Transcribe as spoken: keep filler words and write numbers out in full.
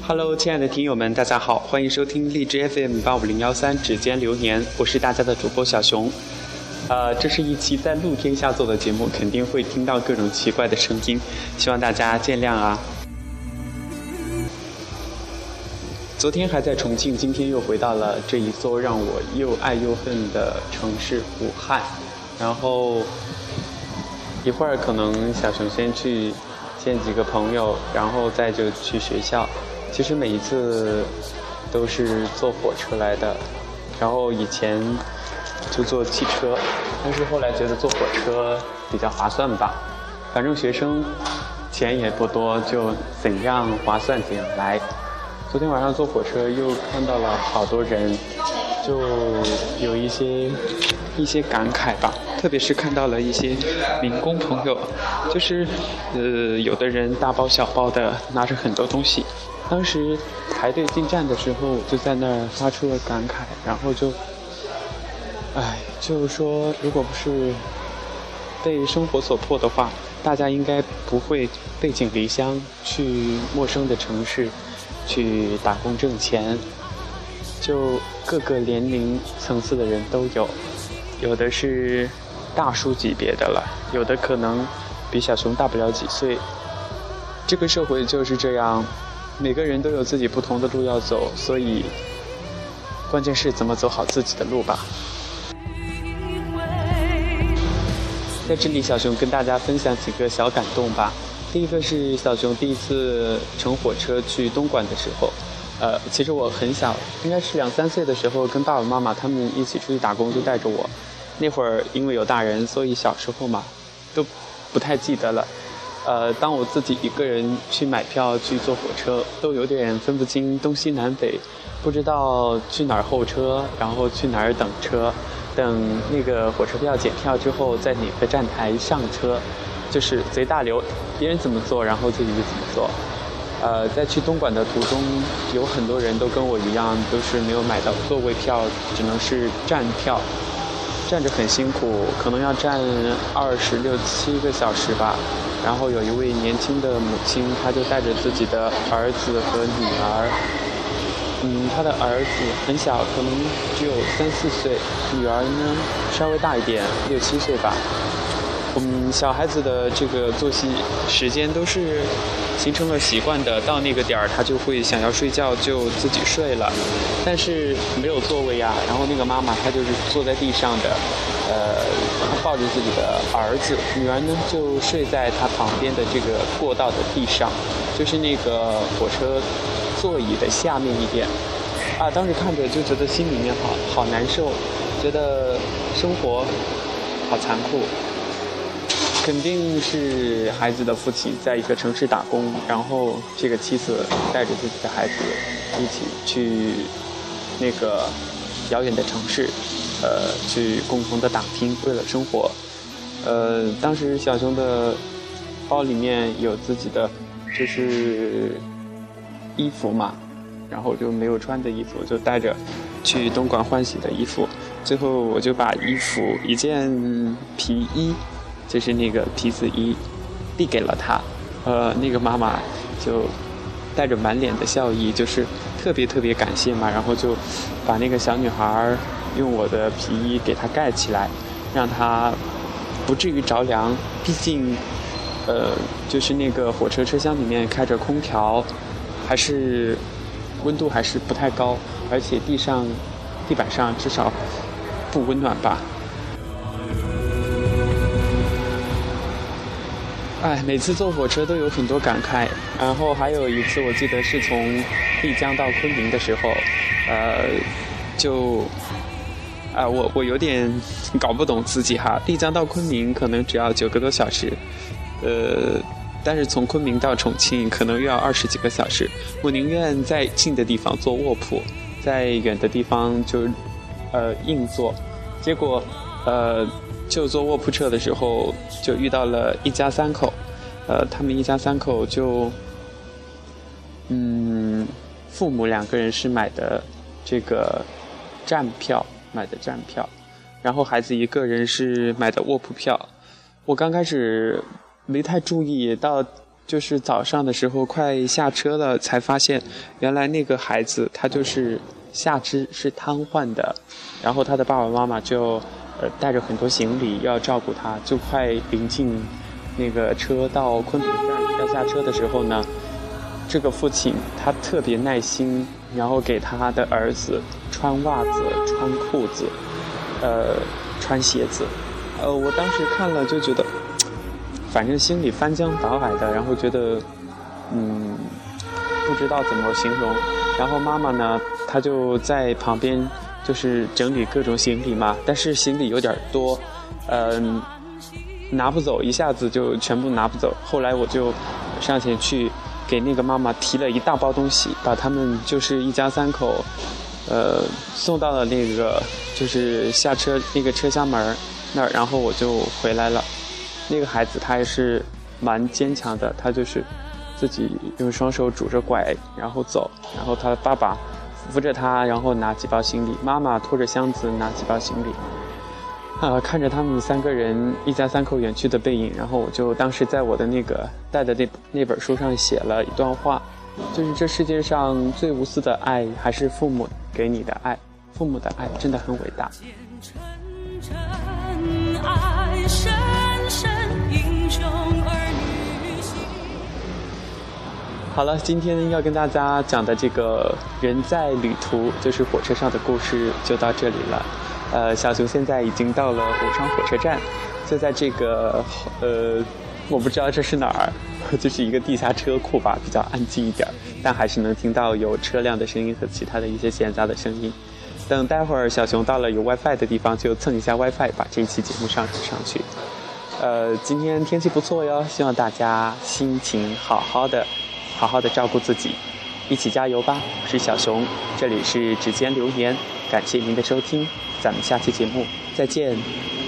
Hello， 亲爱的听友们，大家好，欢迎收听荔枝 F M 八五零幺三指尖流年，我是大家的主播小熊。呃，这是一期在露天下做的节目，肯定会听到各种奇怪的声音，希望大家见谅啊。昨天还在重庆，今天又回到了这一座让我又爱又恨的城市武汉。然后一会儿可能小熊先去见几个朋友，然后再就去学校。其实每一次都是坐火车来的，然后以前就坐汽车，但是后来觉得坐火车比较划算吧，反正学生钱也不多，就怎样划算怎样来。昨天晚上坐火车又看到了好多人，就有一些一些感慨吧，特别是看到了一些民工朋友，就是呃有的人大包小包的拿着很多东西，当时排队进站的时候就在那儿发出了感慨，然后就哎就是说如果不是被生活所迫的话，大家应该不会背井离乡去陌生的城市去打工挣钱，就各个年龄层次的人都有，有的是大叔级别的了，有的可能比小熊大不了几岁。这个社会就是这样，每个人都有自己不同的路要走，所以关键是怎么走好自己的路吧。在这里小熊跟大家分享几个小感动吧。第一个是小熊第一次乘火车去东莞的时候，呃，其实我很小，应该是两三岁的时候，跟爸爸妈妈他们一起出去打工，就带着我。那会儿因为有大人，所以小时候嘛，都不太记得了。呃，当我自己一个人去买票去坐火车，都有点分不清东西南北，不知道去哪儿候车，然后去哪儿等车，等那个火车票检票之后，在哪个站台上车。就是随大流，别人怎么做，然后自己就怎么做。呃，在去东莞的途中，有很多人都跟我一样，都是没有买到座位票，只能是站票，站着很辛苦，可能要站二十六七个小时吧。然后有一位年轻的母亲，她就带着自己的儿子和女儿，嗯，她的儿子很小，可能只有三四岁，女儿呢稍微大一点，六七岁吧。嗯，小孩子的这个作息时间都是形成了习惯的，到那个点儿他就会想要睡觉，就自己睡了，但是没有座位呀。然后那个妈妈她就是坐在地上的，呃，她抱着自己的儿子，女儿呢就睡在她旁边的这个过道的地上，就是那个火车座椅的下面一点。啊，当时看着就觉得心里面好好难受，觉得生活好残酷。肯定是孩子的父亲在一个城市打工，然后这个妻子带着自己的孩子一起去那个遥远的城市，呃，去共同的打拼，为了生活。呃，当时小熊的包里面有自己的就是衣服嘛，然后就没有穿的衣服，就带着去东莞换洗的衣服。最后我就把衣服一件皮衣，就是那个皮子衣，递给了他，呃，那个妈妈就带着满脸的笑意，就是特别特别感谢嘛，然后就把那个小女孩用我的皮衣给她盖起来，让她不至于着凉，毕竟，呃，就是那个火车车厢里面开着空调，还是温度还是不太高，而且地上地板上至少不温暖吧。哎，每次坐火车都有很多感慨。然后还有一次，我记得是从丽江到昆明的时候，呃，就，啊、呃，我我有点搞不懂自己哈。丽江到昆明可能只要九个多小时，呃，但是从昆明到重庆可能又要二十几个小时。我宁愿在近的地方坐卧铺，在远的地方就，呃，硬座。结果，呃。就坐卧铺车的时候，就遇到了一家三口，呃，他们一家三口就，嗯，父母两个人是买的这个站票，买的站票，然后孩子一个人是买的卧铺票。我刚开始没太注意，到就是早上的时候快下车了，才发现原来那个孩子他就是下肢是瘫痪的，然后他的爸爸妈妈就呃带着很多行李要照顾他，就快临近那个车到昆明站要下车的时候呢，这个父亲他特别耐心，然后给他的儿子穿袜子、穿裤子、呃穿鞋子，呃我当时看了就觉得，反正心里翻江倒海的，然后觉得嗯不知道怎么形容。然后妈妈呢，她就在旁边就是整理各种行李嘛，但是行李有点多，嗯、呃、拿不走，一下子就全部拿不走。后来我就上前去给那个妈妈提了一大包东西，把他们就是一家三口呃送到了那个就是下车那个车厢门那儿，然后我就回来了。那个孩子他还是蛮坚强的，他就是自己用双手拄着拐然后走，然后他的爸爸扶着他，然后拿几包行李，妈妈拖着箱子拿几包行李，啊，看着他们三个人一家三口远去的背影，然后我就当时在我的那个带的那那本书上写了一段话，就是这世界上最无私的爱还是父母给你的爱，父母的爱真的很伟大。好了，今天要跟大家讲的这个人在旅途，就是火车上的故事，就到这里了。呃，小熊现在已经到了武昌火车站，就在这个呃，我不知道这是哪儿，就是一个地下车库吧，比较安静一点，但还是能听到有车辆的声音和其他的一些闲杂的声音。等待会儿小熊到了有 WiFi 的地方，就蹭一下 WiFi， 把这一期节目上传上去。呃，今天天气不错哟，希望大家心情好好的。好好的照顾自己，一起加油吧！我是小熊，这里是指尖留言，感谢您的收听，咱们下期节目再见。